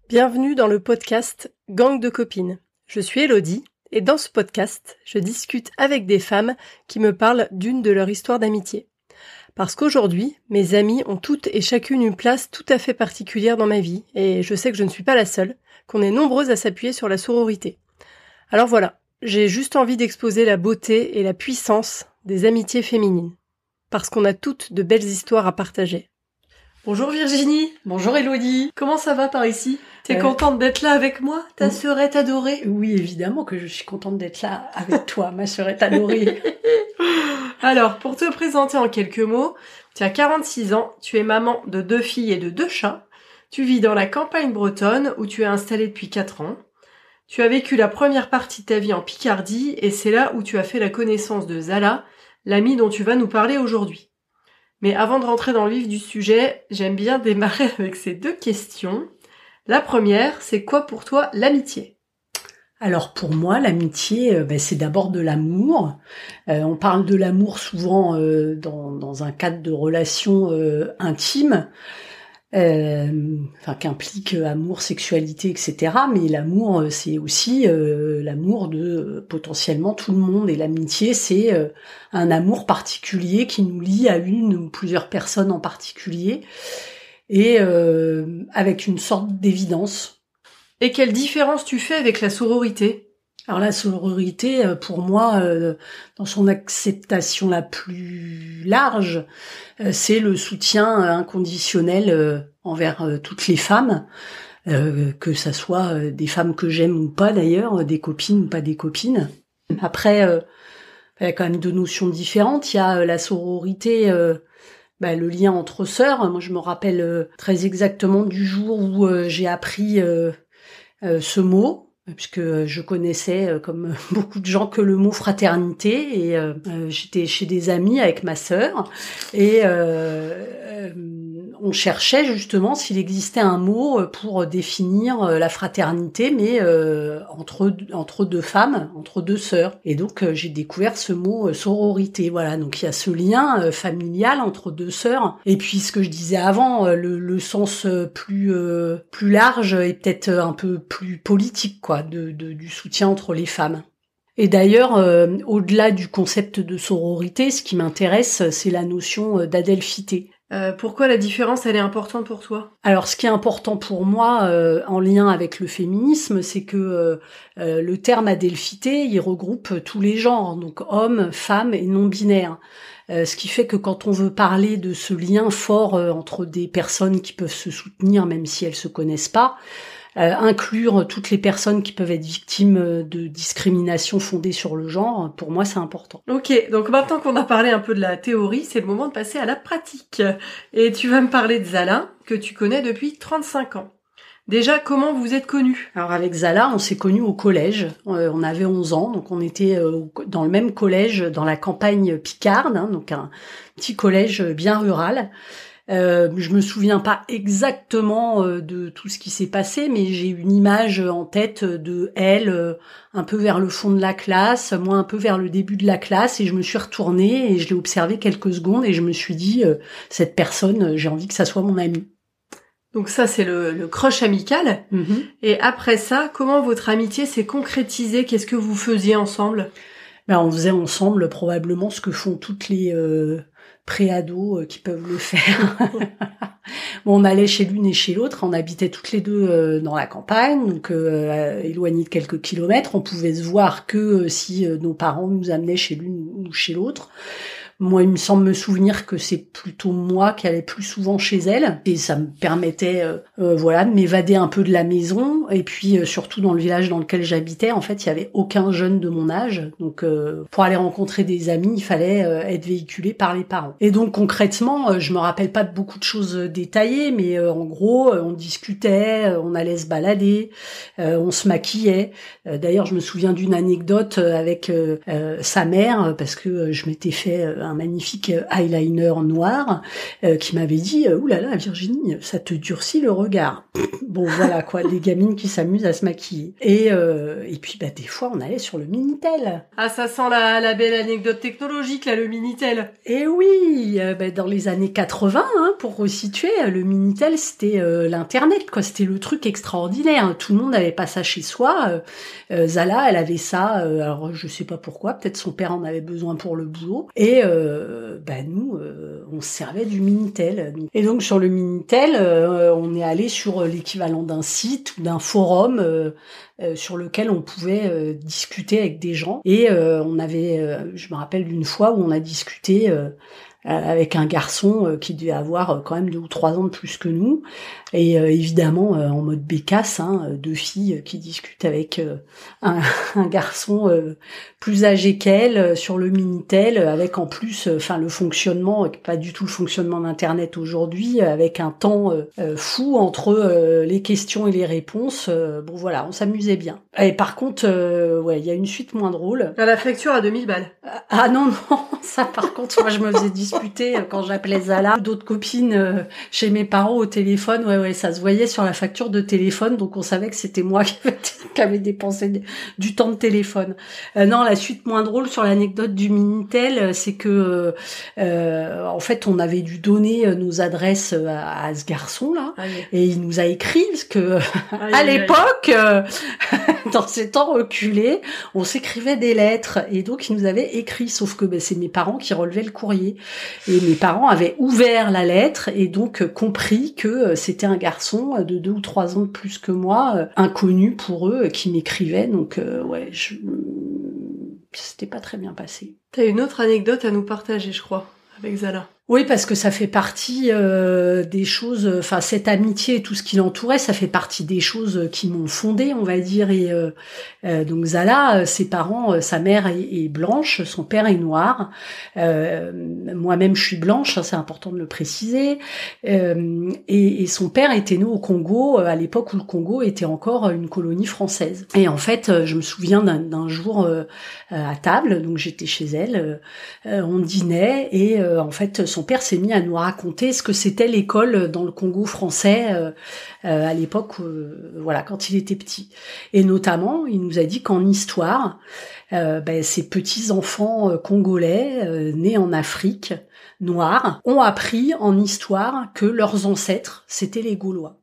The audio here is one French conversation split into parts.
Bienvenue dans le podcast Gang de copines. Je suis Elodie et dans ce podcast, je discute avec des femmes qui me parlent d'une de leurs histoires d'amitié. Parce qu'aujourd'hui, mes amies ont toutes et chacune une place tout à fait particulière dans ma vie et je sais que je ne suis pas la seule, qu'on est nombreuses à s'appuyer sur la sororité. Alors voilà, j'ai juste envie d'exposer la beauté et la puissance des amitiés féminines. Parce qu'on a toutes de belles histoires à partager. Bonjour Virginie. Bonjour Elodie. Comment ça va par ici ? T'es contente d'être là avec moi, ta sœurette adorée ? Oui, évidemment que je suis contente d'être là avec toi, ma sœurette adorée. Alors, pour te présenter en quelques mots, tu as 46 ans, tu es maman de 2 filles et de 2 chats, tu vis dans la campagne bretonne où tu es installée depuis 4 ans. Tu as vécu la première partie de ta vie en Picardie et c'est là où tu as fait la connaissance de Zala, l'amie dont tu vas nous parler aujourd'hui. Mais avant de rentrer dans le vif du sujet, j'aime bien démarrer avec ces 2 questions. La première, c'est quoi pour toi l'amitié ? Alors pour moi, l'amitié, c'est d'abord de l'amour. On parle de l'amour souvent dans un cadre de relation intime, qu'implique amour, sexualité, etc. Mais l'amour, c'est aussi l'amour de potentiellement tout le monde. Et l'amitié, c'est un amour particulier qui nous lie à une ou plusieurs personnes en particulier, et avec une sorte d'évidence. Et quelle différence tu fais avec la sororité ? Alors la sororité, pour moi, dans son acceptation la plus large, c'est le soutien inconditionnel envers toutes les femmes, que ça soit des femmes que j'aime ou pas d'ailleurs, des copines ou pas des copines. Après, il y a quand même 2 notions différentes. Il y a la sororité, le lien entre sœurs. Moi, je me rappelle très exactement du jour où j'ai appris ce mot, puisque je connaissais, comme beaucoup de gens, que le mot fraternité, et j'étais chez des amis avec ma sœur, et on cherchait justement s'il existait un mot pour définir la fraternité, mais entre 2 femmes, entre 2 sœurs. Et donc j'ai découvert ce mot sororité. Voilà, donc il y a ce lien familial entre 2 sœurs. Et puis ce que je disais avant, le sens plus large et peut-être un peu plus politique, quoi, du soutien entre les femmes. Et d'ailleurs, au-delà du concept de sororité, ce qui m'intéresse, c'est la notion d'adelphité. Pourquoi la différence, elle est importante pour toi ? Alors, ce qui est important pour moi, en lien avec le féminisme, c'est que le terme adelphité, il regroupe tous les genres, donc hommes, femmes et non-binaires. Ce qui fait que quand on veut parler de ce lien fort entre des personnes qui peuvent se soutenir, même si elles se connaissent pas, inclure toutes les personnes qui peuvent être victimes de discrimination fondée sur le genre, pour moi c'est important. Ok, donc maintenant qu'on a parlé un peu de la théorie, c'est le moment de passer à la pratique. Et tu vas me parler de Zala, que tu connais depuis 35 ans. Déjà, comment vous êtes connus ? Alors avec Zala, on s'est connus au collège, on avait 11 ans, donc on était dans le même collège dans la campagne picarde, donc un petit collège bien rural. Je me souviens pas exactement de tout ce qui s'est passé, mais j'ai une image en tête de elle un peu vers le fond de la classe, moi un peu vers le début de la classe, et je me suis retournée et je l'ai observée quelques secondes et je me suis dit cette personne, j'ai envie que ça soit mon amie. Donc ça, c'est le crush amical. Mm-hmm. Et après ça, comment votre amitié s'est concrétisée ? Qu'est-ce que vous faisiez ensemble ? On faisait ensemble probablement ce que font toutes les pré-ados qui peuvent le faire. On allait chez l'une et chez l'autre, on habitait toutes les 2 dans la campagne, donc éloignées de quelques kilomètres. On pouvait se voir que si nos parents nous amenaient chez l'une ou chez l'autre. Moi, il me semble me souvenir que c'est plutôt moi qui allais plus souvent chez elle, et ça me permettait de m'évader un peu de la maison. Et puis surtout dans le village dans lequel j'habitais, en fait, il y avait aucun jeune de mon âge, donc pour aller rencontrer des amis, il fallait être véhiculé par les parents. Et donc concrètement, je me rappelle pas de beaucoup de choses détaillées, mais en gros, on discutait, on allait se balader, on se maquillait. D'ailleurs, je me souviens d'une anecdote avec sa mère, parce que je m'étais fait un magnifique eyeliner noir, qui m'avait dit « Ouh là là, Virginie, ça te durcit le regard. » Bon, voilà quoi, des gamines qui s'amusent à se maquiller. Et puis, des fois, on allait sur le Minitel. Ah, ça sent la belle anecdote technologique, là, le Minitel. Et oui, dans les années 80, pour resituer, le Minitel, c'était l'Internet, quoi. C'était le truc extraordinaire. Tout le monde n'avait pas ça chez soi. Zala, elle avait ça. Alors, je sais pas pourquoi. Peut-être son père en avait besoin pour le boulot. Et nous, on se servait du Minitel. Et donc, sur le Minitel, on est allé sur l'équivalent d'un site ou d'un forum sur lequel on pouvait discuter avec des gens. Et on avait, je me rappelle d'une fois où on a discuté avec un garçon qui devait avoir quand même 2 ou 3 ans de plus que nous. Et évidemment, en mode bécasse, 2 filles qui discutent avec un garçon plus âgé qu'elle sur le Minitel, avec en plus le fonctionnement, pas du tout le fonctionnement d'Internet aujourd'hui, avec un temps fou entre les questions et les réponses. Bon voilà, on s'amusait bien. Et par contre, il y a une suite moins drôle. La facture à 2000 balles. Ah non, ça par contre, moi je me faisais disputer quand j'appelais Zala. D'autres copines chez mes parents au téléphone, ça se voyait sur la facture de téléphone, donc on savait que c'était moi qui avait dépensé du temps de téléphone. Non, la suite moins drôle sur l'anecdote du Minitel, c'est que en fait on avait dû donner nos adresses à ce garçon là, et il nous a écrit parce que à l'époque, dans ces temps reculés, on s'écrivait des lettres, et donc il nous avait écrit, sauf que c'est mes parents qui relevaient le courrier, et mes parents avaient ouvert la lettre et donc compris que c'était un garçon de 2 ou 3 ans de plus que moi, inconnu pour eux, qui m'écrivait. Donc c'était pas très bien passé. T'as une autre anecdote à nous partager, je crois, avec Zala. Oui, parce que ça fait partie des choses, cette amitié et tout ce qui l'entourait, ça fait partie des choses qui m'ont fondée, on va dire. Et donc Zala, ses parents, sa mère est blanche, son père est noir. Moi-même, je suis blanche, c'est important de le préciser. Et son père était né au Congo, à l'époque où le Congo était encore une colonie française. Et en fait, je me souviens d'un jour à table, donc j'étais chez elle, on dînait, et en fait, son père s'est mis à nous raconter ce que c'était l'école dans le Congo français à l'époque, quand il était petit. Et notamment, il nous a dit qu'en histoire, ces petits-enfants congolais nés en Afrique, noirs, ont appris en histoire que leurs ancêtres, c'était les Gaulois.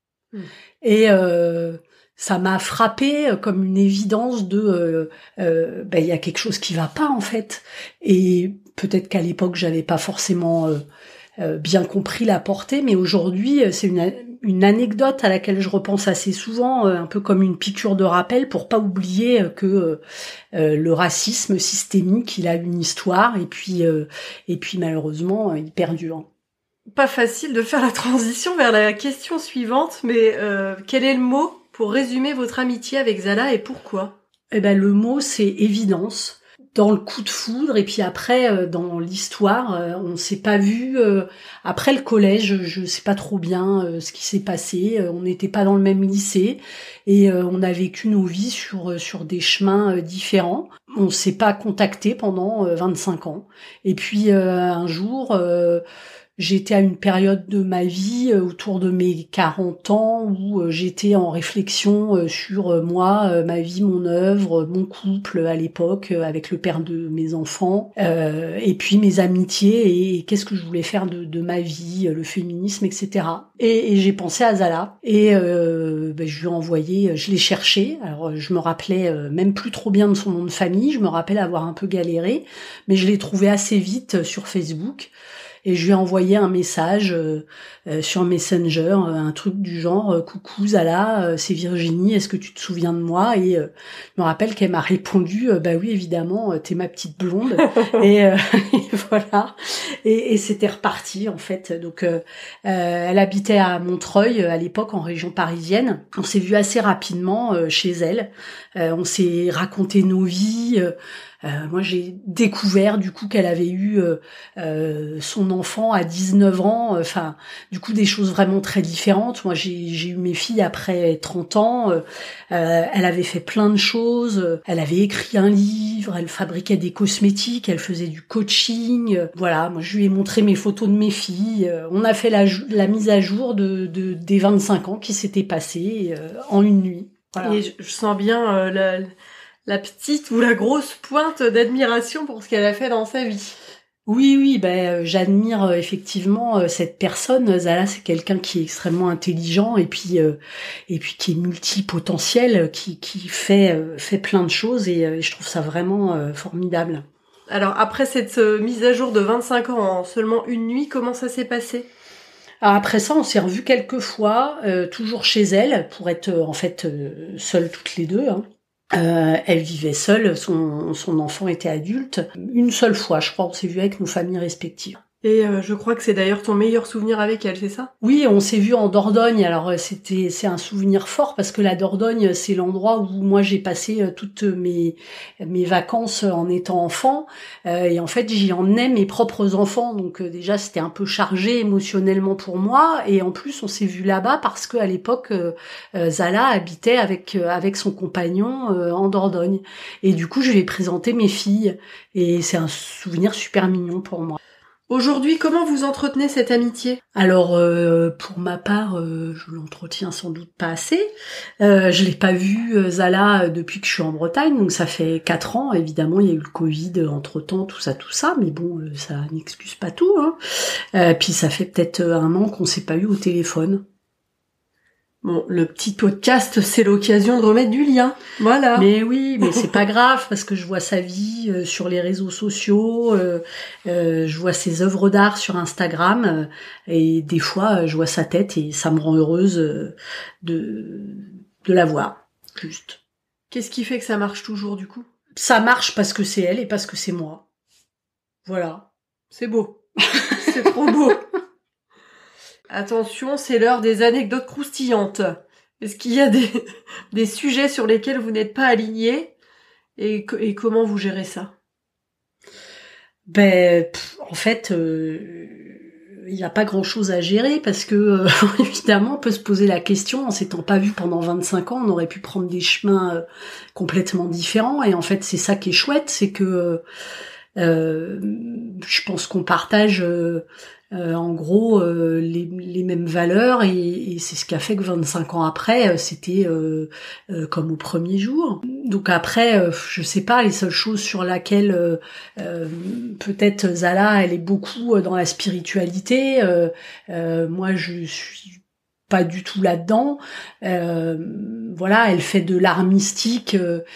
Et ça m'a frappé comme une évidence de il y a quelque chose qui va pas en fait. Et peut-être qu'à l'époque j'avais pas forcément bien compris la portée, mais aujourd'hui c'est une anecdote à laquelle je repense assez souvent, un peu comme une piqûre de rappel pour pas oublier que le racisme systémique, il a une histoire, et puis malheureusement il perdure. Pas facile de faire la transition vers la question suivante, mais quel est le mot pour résumer votre amitié avec Zala et pourquoi ? Le mot c'est évidence. Dans le coup de foudre, et puis après dans l'histoire, on s'est pas vu après le collège, je sais pas trop bien ce qui s'est passé, on n'était pas dans le même lycée, et on a vécu nos vies sur des chemins différents. On s'est pas contacté pendant 25 ans. Et puis un jour, j'étais à une période de ma vie autour de mes 40 ans où j'étais en réflexion sur moi, ma vie, mon œuvre, mon couple à l'époque avec le père de mes enfants, et puis mes amitiés et qu'est-ce que je voulais faire de ma vie, le féminisme, etc. Et j'ai pensé à Zala et je lui ai envoyé, je l'ai cherché. Alors je me rappelais même plus trop bien de son nom de famille, je me rappelle avoir un peu galéré, mais je l'ai trouvé assez vite sur Facebook. Et je lui ai envoyé un message sur Messenger, un truc du genre coucou Zala, c'est Virginie, est-ce que tu te souviens de moi? Et je me rappelle qu'elle m'a répondu oui évidemment, t'es ma petite blonde. et voilà. Et c'était reparti en fait. Donc elle habitait à Montreuil à l'époque en région parisienne. On s'est vu assez rapidement chez elle. On s'est raconté nos vies. Moi, j'ai découvert du coup qu'elle avait eu son enfant à 19 ans. Enfin, du coup, des choses vraiment très différentes. Moi, j'ai eu mes filles après 30 ans. Elle avait fait plein de choses. Elle avait écrit un livre. Elle fabriquait des cosmétiques. Elle faisait du coaching. Voilà. Moi, je lui ai montré mes photos de mes filles. On a fait la mise à jour des 25 ans qui s'étaient passés en une nuit. Voilà. Et je sens bien la petite ou la grosse pointe d'admiration pour ce qu'elle a fait dans sa vie. Oui, j'admire effectivement cette personne. Zala, c'est quelqu'un qui est extrêmement intelligent et puis qui est multipotentiel, qui fait plein de choses et je trouve ça vraiment formidable. Alors après cette mise à jour de 25 ans en seulement une nuit, comment ça s'est passé ? Alors après ça, on s'est revus quelques fois, toujours chez elle, pour être seules toutes les deux. Hein. Elle vivait seule, son enfant était adulte. Une seule fois, je crois, on s'est vu avec nos familles respectives. Et je crois que c'est d'ailleurs ton meilleur souvenir avec elle, c'est ça ? Oui, on s'est vu en Dordogne. Alors c'est un souvenir fort parce que la Dordogne, c'est l'endroit où moi j'ai passé toutes mes vacances en étant enfant. Et en fait, j'y emmenais mes propres enfants. Donc déjà, c'était un peu chargé émotionnellement pour moi. Et en plus, on s'est vu là-bas parce qu'à l'époque, Zala habitait avec son compagnon en Dordogne. Et du coup, je lui ai présenté mes filles. Et c'est un souvenir super mignon pour moi. Aujourd'hui, comment vous entretenez cette amitié ? Alors, pour ma part, je l'entretiens sans doute pas assez. Je l'ai pas vue, Zala, depuis que je suis en Bretagne, donc ça fait 4 ans. Évidemment, il y a eu le Covid entre-temps, tout ça, mais bon, ça n'excuse pas tout. Hein. Puis ça fait peut-être 1 an qu'on s'est pas eu au téléphone. Bon, le petit podcast, c'est l'occasion de remettre du lien. Voilà. Mais oui, mais c'est pas grave parce que je vois sa vie sur les réseaux sociaux, je vois ses œuvres d'art sur Instagram et des fois je vois sa tête et ça me rend heureuse de la voir. Juste. Qu'est-ce qui fait que ça marche toujours du coup ? Ça marche parce que c'est elle et parce que c'est moi. Voilà. C'est beau. C'est trop beau. Attention, c'est l'heure des anecdotes croustillantes. Est-ce qu'il y a des sujets sur lesquels vous n'êtes pas alignés et comment vous gérez ça ? En fait, il n'y a pas grand-chose à gérer parce que évidemment, on peut se poser la question, en s'étant pas vu pendant 25 ans, on aurait pu prendre des chemins complètement différents et en fait, c'est ça qui est chouette, c'est que je pense qu'on partage en gros les mêmes valeurs et c'est ce qui a fait que 25 ans après c'était comme au premier jour. Donc après je sais pas, les seules choses sur laquelle peut-être Zala elle est beaucoup dans la spiritualité, moi je suis pas du tout là-dedans. Voilà, elle fait de l'art mystique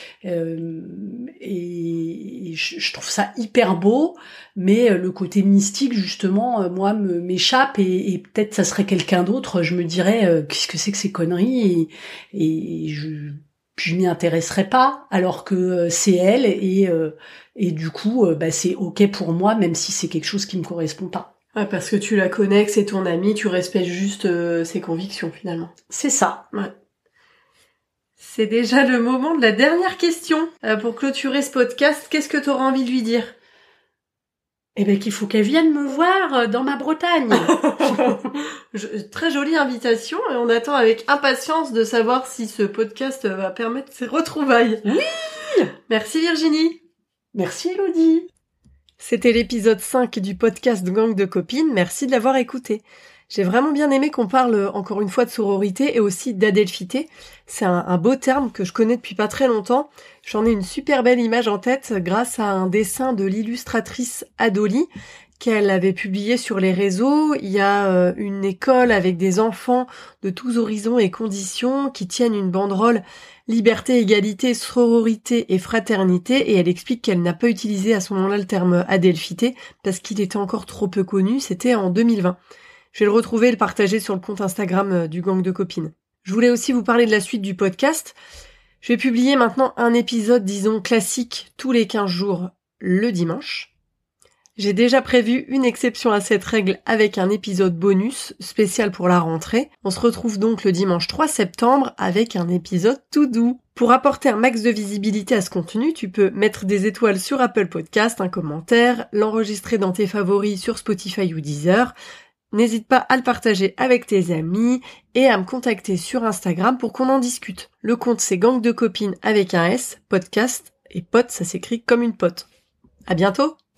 et je trouve ça hyper beau, mais le côté mystique justement, moi m'échappe et peut-être ça serait quelqu'un d'autre, je me dirais qu'est-ce que c'est que ces conneries et je m'y intéresserais pas, alors que c'est elle et du coup c'est ok pour moi même si c'est quelque chose qui me correspond pas. Ouais, parce que tu la connais, que c'est ton amie, tu respectes juste ses convictions finalement. C'est ça. Ouais. C'est déjà le moment de la dernière question. Pour clôturer ce podcast, qu'est-ce que tu auras envie de lui dire ? Eh ben qu'il faut qu'elle vienne me voir dans ma Bretagne. Très jolie invitation et on attend avec impatience de savoir si ce podcast va permettre ses retrouvailles. Oui ! Merci Virginie. Merci Elodie. C'était l'épisode 5 du podcast Gang de copines, merci de l'avoir écouté. J'ai vraiment bien aimé qu'on parle encore une fois de sororité et aussi d'adelphité. C'est un beau terme que je connais depuis pas très longtemps. J'en ai une super belle image en tête grâce à un dessin de l'illustratrice Adoli qu'elle avait publié sur les réseaux. Il y a une école avec des enfants de tous horizons et conditions qui tiennent une banderole liberté, égalité, sororité et fraternité, et elle explique qu'elle n'a pas utilisé à ce moment-là le terme adelphité parce qu'il était encore trop peu connu, c'était en 2020. Je vais le retrouver et le partager sur le compte Instagram du Gang de copines. Je voulais aussi vous parler de la suite du podcast. Je vais publier maintenant un épisode, disons, classique tous les 15 jours le dimanche. J'ai déjà prévu une exception à cette règle avec un épisode bonus spécial pour la rentrée. On se retrouve donc le dimanche 3 septembre avec un épisode tout doux. Pour apporter un max de visibilité à ce contenu, tu peux mettre des étoiles sur Apple Podcast, un commentaire, l'enregistrer dans tes favoris sur Spotify ou Deezer. N'hésite pas à le partager avec tes amis et à me contacter sur Instagram pour qu'on en discute. Le compte c'est Gang de copines avec un S, podcast, et pote ça s'écrit comme une pote. À bientôt!